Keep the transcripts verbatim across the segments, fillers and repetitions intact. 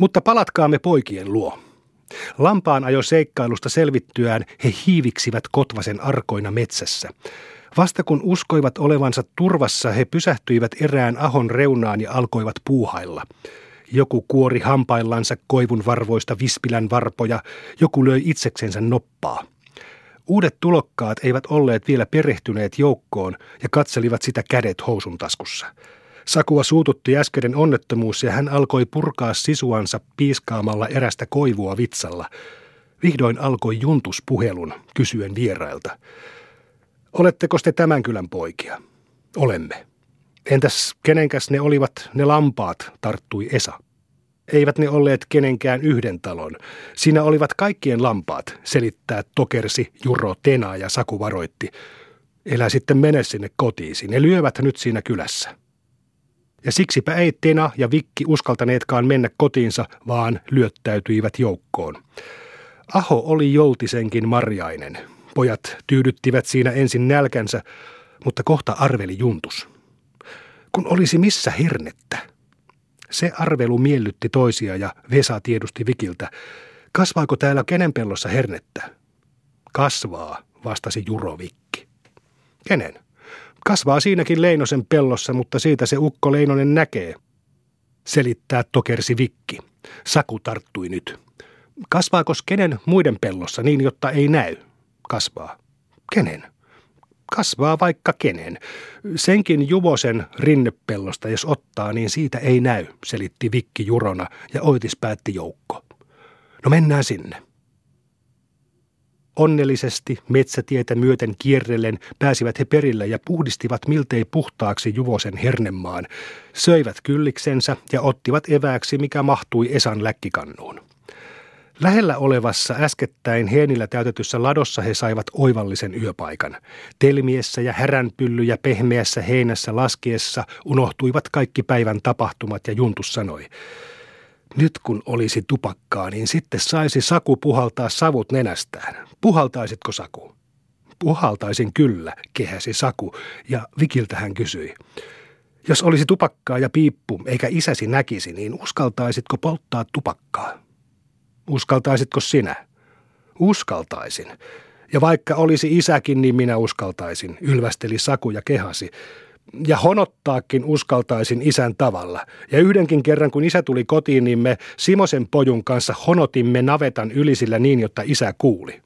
Mutta palatkaamme poikien luo. Lampaan ajo seikkailusta selvittyään he hiiviksivät Kotvasen arkoina metsässä. Vasta kun uskoivat olevansa turvassa, he pysähtyivät erään ahon reunaan ja alkoivat puuhailla. Joku kuori hampaillansa koivun varvoista vispilän varpoja, joku löi itseksensä noppaa. Uudet tulokkaat eivät olleet vielä perehtyneet joukkoon ja katselivat sitä kädet housun taskussa. Sakua suututti äskeinen onnettomuus ja hän alkoi purkaa sisuansa piiskaamalla erästä koivua vitsalla. Vihdoin alkoi Juntus puhelun, kysyen vierailta. Oletteko te tämän kylän poikia? Olemme. Entäs kenenkäs ne olivat ne lampaat, tarttui Esa. Eivät ne olleet kenenkään yhden talon. Siinä olivat kaikkien lampaat, selittää tokersi Juro Tena ja Saku varoitti. Elä sitten mene sinne kotiisi, ne lyövät nyt siinä kylässä. Ja siksipä ei Tena ja Vikki uskaltaneetkaan mennä kotiinsa, vaan lyöttäytyivät joukkoon. Aho oli Joutisenkin marjainen. Pojat tyydyttivät siinä ensin nälkänsä, mutta kohta arveli Juntus. Kun olisi missä hernettä. Se arvelu miellytti toisia ja Vesa tiedusti Vikiltä. Kasvaako täällä kenen pellossa hernettä? Kasvaa, vastasi Juro Vikki. Kenen? Kasvaa siinäkin Leinosen pellossa, mutta siitä se ukko Leinonen näkee, selittää tokersi Vikki. Saku tarttui nyt. Kasvaako kenen muiden pellossa niin, jotta ei näy? Kasvaa. Kenen? Kasvaa vaikka kenen. Senkin Juvosen rinnepellosta, jos ottaa, niin siitä ei näy, selitti Vikki Jurona ja oitis päätti joukko. No mennään sinne. Onnellisesti metsätietä myöten kierrellen pääsivät he perille ja puhdistivat miltei puhtaaksi Juvosen hernemaan, söivät kylliksensä ja ottivat evääksi mikä mahtui Esan läkkikannuun. Lähellä olevassa äskettäin heenillä täytetyssä ladossa he saivat oivallisen yöpaikan. Telmiessä ja häränpyllyjä pehmeässä heinässä laskiessa unohtuivat kaikki päivän tapahtumat ja Juntus sanoi, nyt kun olisi tupakkaa, niin sitten saisi Saku puhaltaa savut nenästään. Puhaltaisitko, Saku? Puhaltaisin kyllä, kehäsi Saku, ja Vikiltä hän kysyi. Jos olisi tupakkaa ja piippu, eikä isäsi näkisi, niin uskaltaisitko polttaa tupakkaa? Uskaltaisitko sinä? Uskaltaisin. Ja vaikka olisi isäkin, niin minä uskaltaisin, ylvästeli Saku ja kehasi. Ja honottaakin uskaltaisin isän tavalla. Ja yhdenkin kerran, kun isä tuli kotiin, niin me Simosen pojun kanssa honotimme navetan ylisillä niin, jotta isä kuuli.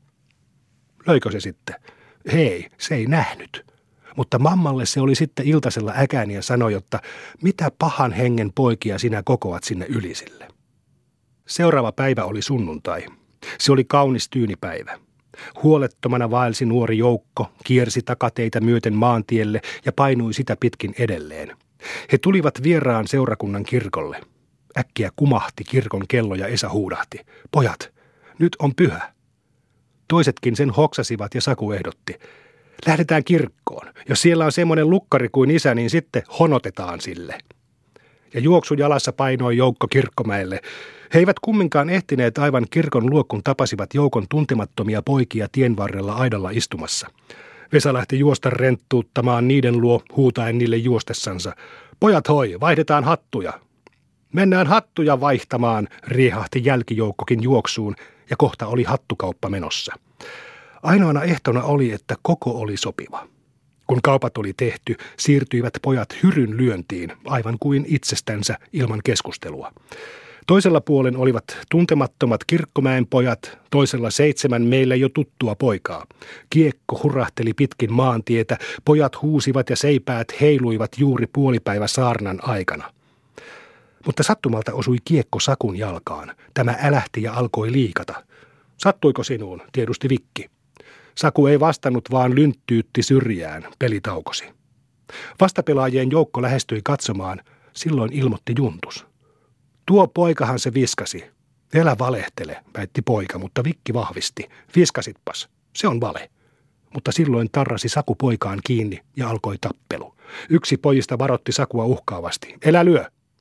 Löikö se sitten? Hei, se ei nähnyt. Mutta mammalle se oli sitten iltasella äkäni ja sanoi, että mitä pahan hengen poikia sinä kokoat sinne ylisille. Seuraava päivä oli sunnuntai. Se oli kaunis tyynipäivä. Huolettomana vaelsi nuori joukko, kiersi takateitä myöten maantielle ja painui sitä pitkin edelleen. He tulivat vieraan seurakunnan kirkolle. Äkkiä kumahti kirkon kello ja Esa huudahti. Pojat, nyt on pyhä. Toisetkin sen hoksasivat ja Saku ehdotti. Lähdetään kirkkoon. Jos siellä on semmoinen lukkari kuin isä, niin sitten honotetaan sille. Ja juoksu jalassa painoi joukko kirkkomäelle. He eivät kumminkaan ehtineet aivan kirkon luo, kun tapasivat joukon tuntemattomia poikia tien varrella aidalla istumassa. Vesa lähti juosta renttuuttamaan niiden luo, huutaen niille juostessansa. Pojat hoi, vaihdetaan hattuja. Mennään hattuja vaihtamaan, riehahti jälkijoukkokin juoksuun, ja kohta oli hattukauppa menossa. Ainoana ehtona oli, että koko oli sopiva. Kun kaupat oli tehty, siirtyivät pojat hyryn lyöntiin, aivan kuin itsestänsä ilman keskustelua. Toisella puolen olivat tuntemattomat Kirkkomäen pojat, toisella seitsemän meille jo tuttua poikaa. Kiekko hurahteli pitkin maantietä, pojat huusivat ja seipäät heiluivat juuri puolipäivä saarnan aikana. Mutta sattumalta osui kiekko Sakun jalkaan. Tämä älähti ja alkoi liikata. Sattuiko sinuun, tiedusti Vikki. Saku ei vastannut, vaan lynttyytti syrjään, peli taukosi. Vastapelaajien joukko lähestyi katsomaan, silloin ilmoitti Juntus. Tuo poikahan se viskasi. Älä valehtele, väitti poika, mutta Vikki vahvisti. Viskasitpas, se on vale. Mutta silloin tarrasi Saku poikaan kiinni ja alkoi tappelu. Yksi pojista varotti Sakua uhkaavasti. Älä lyö.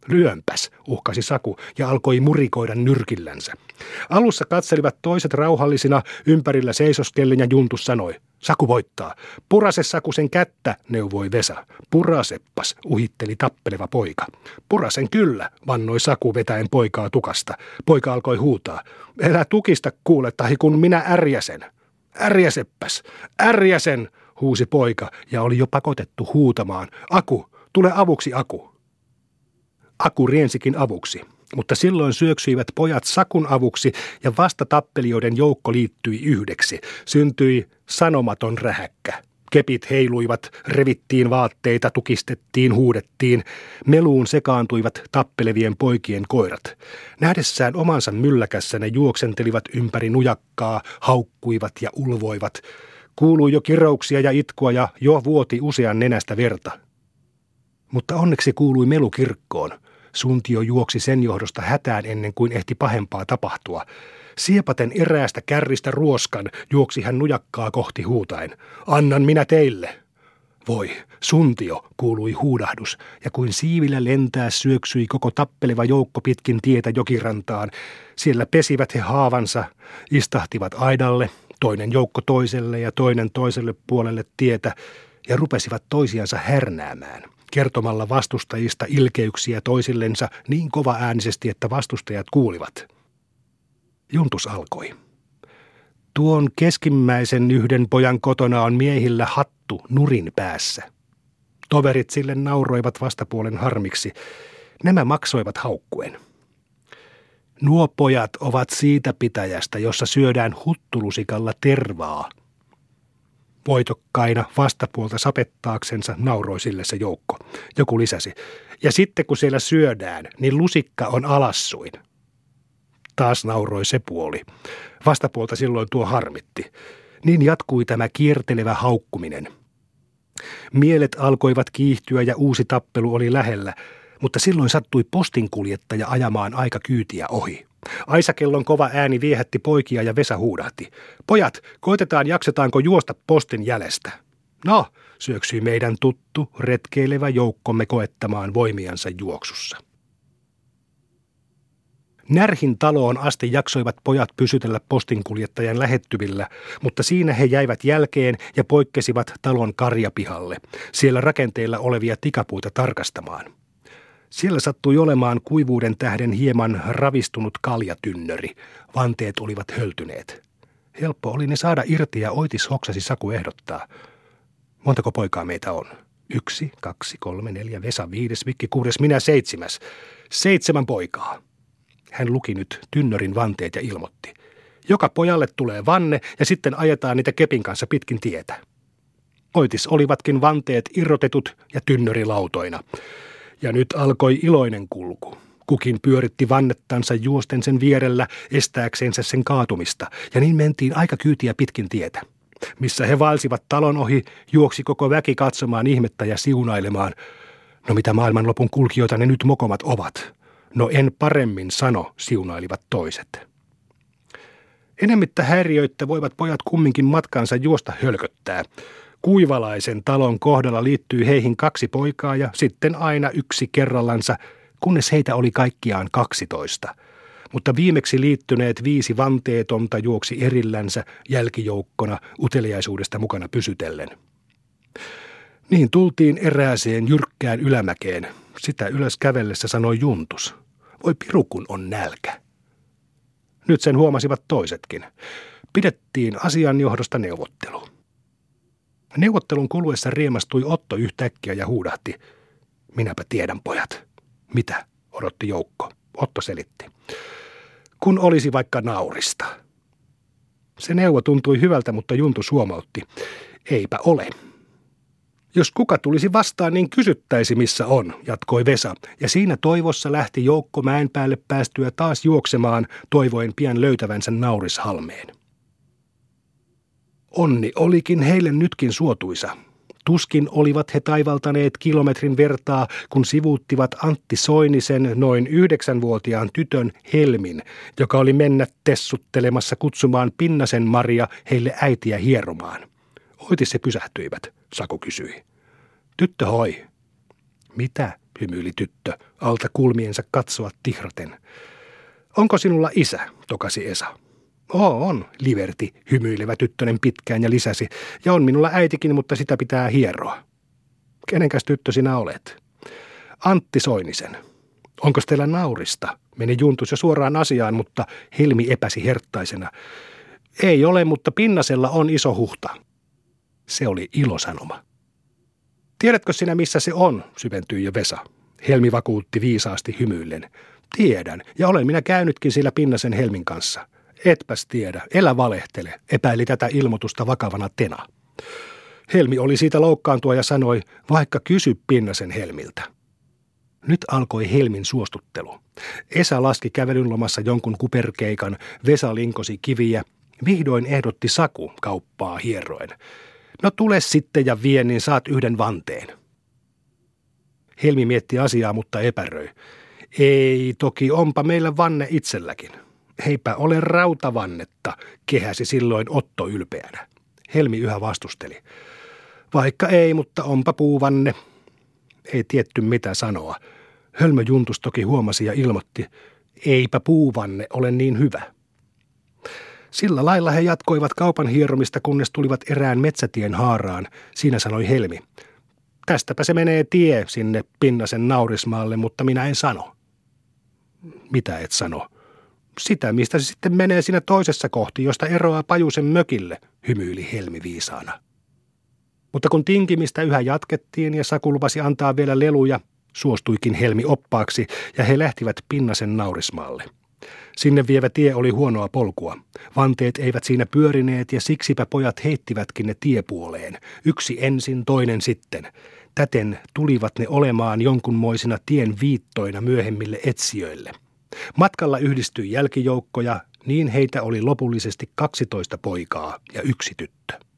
Lyönpäs, uhkasi Saku ja alkoi murikoida nyrkillänsä. Alussa katselivat toiset rauhallisina, ympärillä seisoskellen ja Juntus sanoi, Saku voittaa. Purase Saku sen kättä, neuvoi Vesa. Puraseppas, uhitteli tappeleva poika. Purasen kyllä, vannoi Saku vetäen poikaa tukasta. Poika alkoi huutaa. Älä tukista kuule, tahi kun minä ärjäsen. Ärjäseppäs, ärjäsen, huusi poika ja oli jo pakotettu huutamaan. Aku, tule avuksi Aku. Aku riensikin avuksi, mutta silloin syöksyivät pojat Sakun avuksi ja vasta tappelijoiden joukko liittyi yhdeksi. Syntyi sanomaton rähäkkä. Kepit heiluivat, revittiin vaatteita, tukistettiin, huudettiin. Meluun sekaantuivat tappelevien poikien koirat. Nähdessään omansa mylläkässä ne juoksentelivat ympäri nujakkaa, haukkuivat ja ulvoivat. Kuului jo kirouksia ja itkua ja jo vuoti usean nenästä verta. Mutta onneksi kuului melu kirkkoon. Suntio juoksi sen johdosta hätään ennen kuin ehti pahempaa tapahtua. Siepaten eräästä kärristä ruoskan juoksi hän nujakkaa kohti huutaen. Annan minä teille. Voi, Suntio, kuului huudahdus, ja kuin siivillä lentää syöksyi koko tappeleva joukko pitkin tietä jokirantaan. Siellä pesivät he haavansa, istahtivat aidalle, toinen joukko toiselle ja toinen toiselle puolelle tietä, ja rupesivat toisiansa härnäämään, kertomalla vastustajista ilkeyksiä toisillensa niin kova äänisesti, että vastustajat kuulivat. Juntus alkoi. Tuon keskimmäisen yhden pojan kotona on miehillä hattu nurin päässä. Toverit sille nauroivat vastapuolen harmiksi. Nämä maksoivat haukkuen. Nuo pojat ovat siitä pitäjästä, jossa syödään huttulusikalla tervaa. Voitokkaina vastapuolta sapettaaksensa nauroi sille se joukko. Joku lisäsi. Ja sitten kun siellä syödään, niin lusikka on alassuin. Taas nauroi se puoli. Vastapuolta silloin tuo harmitti. Niin jatkui tämä kiertelevä haukkuminen. Mielet alkoivat kiihtyä ja uusi tappelu oli lähellä, mutta silloin sattui postinkuljettaja ajamaan aika kyytiä ohi. Aisakellon kova ääni viehätti poikia ja Vesa huudahti. Pojat, koitetaan jaksetaanko juosta postin jäljestä. No, syöksyi meidän tuttu, retkeilevä joukkomme koettamaan voimiansa juoksussa. Närhin taloon asti jaksoivat pojat pysytellä postinkuljettajan lähettyvillä, mutta siinä he jäivät jälkeen ja poikkesivat talon karjapihalle, siellä rakenteilla olevia tikapuita tarkastamaan. Siellä sattui olemaan kuivuuden tähden hieman ravistunut kaljatynnöri. Vanteet olivat höltyneet. Helppo oli ne saada irti ja Oitis hoksasi Saku ehdottaa. Montako poikaa meitä on? Yksi, kaksi, kolme, neljä, Vesa viides, Vikki kuudes, minä seitsemäs. Seitsemän poikaa. Hän luki nyt tynnörin vanteet ja ilmoitti. Joka pojalle tulee vanne ja sitten ajetaan niitä kepin kanssa pitkin tietä. Oitis olivatkin vanteet irrotetut ja tynnöri lautoina. Ja nyt alkoi iloinen kulku. Kukin pyöritti vannettansa juosten sen vierellä estääksensä sen kaatumista, ja niin mentiin aika kyytiä pitkin tietä. Missä he vaelsivat talon ohi, juoksi koko väki katsomaan ihmettä ja siunailemaan. No mitä maailmanlopun kulkijoita ne nyt mokomat ovat? No en paremmin sano, siunailivat toiset. Enemmittä häiriöittä voivat pojat kumminkin matkansa juosta hölköttää. Kuivalaisen talon kohdalla liittyy heihin kaksi poikaa ja sitten aina yksi kerrallansa, kunnes heitä oli kaikkiaan kaksitoista. Mutta viimeksi liittyneet viisi vanteetonta juoksi erillänsä jälkijoukkona uteliaisuudesta mukana pysytellen. Niin tultiin erääseen jyrkkään ylämäkeen. Sitä ylös kävellessä sanoi Juntus. Voi piru kun on nälkä. Nyt sen huomasivat toisetkin. Pidettiin asian johdosta neuvottelu. Neuvottelun kuluessa riemastui Otto yhtäkkiä ja huudahti. Minäpä tiedän, pojat. Mitä? Odotti joukko. Otto selitti. Kun olisi vaikka naurista. Se neuvo tuntui hyvältä, mutta Juntus huomautti. Eipä ole. Jos kuka tulisi vastaan, niin kysyttäisi missä on, jatkoi Vesa, ja siinä toivossa lähti joukko mäen päälle päästyä taas juoksemaan, toivoen pian löytävänsä naurishalmeen. Onni olikin heille nytkin suotuisa. Tuskin olivat he taivaltaneet kilometrin vertaa, kun sivuuttivat Antti Soinisen noin yhdeksänvuotiaan tytön Helmin, joka oli mennä tessuttelemassa kutsumaan Pinnasen Maria heille äitiä hieromaan. Oitis he pysähtyivät, Saku kysyi. Tyttö hoi. Mitä? hymyili tyttö, alta kulmiensa katsoa tihraten. Onko sinulla isä, tokasi Esa. Oo, on, liverti, hymyilevä tyttönen pitkään ja lisäsi, ja on minulla äitikin, mutta sitä pitää hieroa. Kenenkäs tyttö sinä olet? Antti Soinisen. Onko teillä naurista? Meni Juntus jo suoraan asiaan, mutta Helmi epäsi herttaisena. Ei ole, mutta Pinnasella on iso huhta. Se oli ilosanoma. Tiedätkö sinä, missä se on, syventyi jo Vesa. Helmi vakuutti viisaasti hymyillen. Tiedän, ja olen minä käynytkin sillä Pinnasen Helmin kanssa. Etpäs tiedä, elä valehtele, epäili tätä ilmoitusta vakavana Tena. Helmi oli siitä loukkaantua ja sanoi, vaikka kysy Pinnasen Helmiltä. Nyt alkoi Helmin suostuttelu. Esa laski kävelynlomassa jonkun kuperkeikan, Vesa linkosi kiviä, vihdoin ehdotti Saku kauppaa hieroen. No tule sitten ja vie, niin saat yhden vanteen. Helmi mietti asiaa, mutta epäröi. Ei, toki onpa meillä vanne itselläkin. Heipä ole rautavannetta, kehäsi silloin Otto ylpeänä. Helmi yhä vastusteli. Vaikka ei, mutta onpa puuvanne. Ei tietty mitä sanoa. Hölmö Juntus toki huomasi ja ilmoitti, eipä puuvanne ole niin hyvä. Sillä lailla he jatkoivat kaupan hieromista, kunnes tulivat erään metsätien haaraan. Siinä sanoi Helmi, tästäpä se menee tie sinne Pinnasen naurismaalle, mutta minä en sano. Mitä et sano? Sitä, mistä se sitten menee siinä toisessa kohti, josta eroaa Pajusen mökille, hymyili Helmi viisaana. Mutta kun tinkimistä yhä jatkettiin ja Saku lupasi antaa vielä leluja, suostuikin Helmi oppaaksi ja he lähtivät Pinnasen naurismaalle. Sinne vievä tie oli huonoa polkua. Vanteet eivät siinä pyörineet ja siksipä pojat heittivätkin ne tiepuoleen. Yksi ensin, toinen sitten. Täten tulivat ne olemaan jonkunmoisina tien viittoina myöhemmille etsijöille. Matkalla yhdistyi jälkijoukkoja, niin heitä oli lopullisesti kaksitoista poikaa ja yksi tyttö.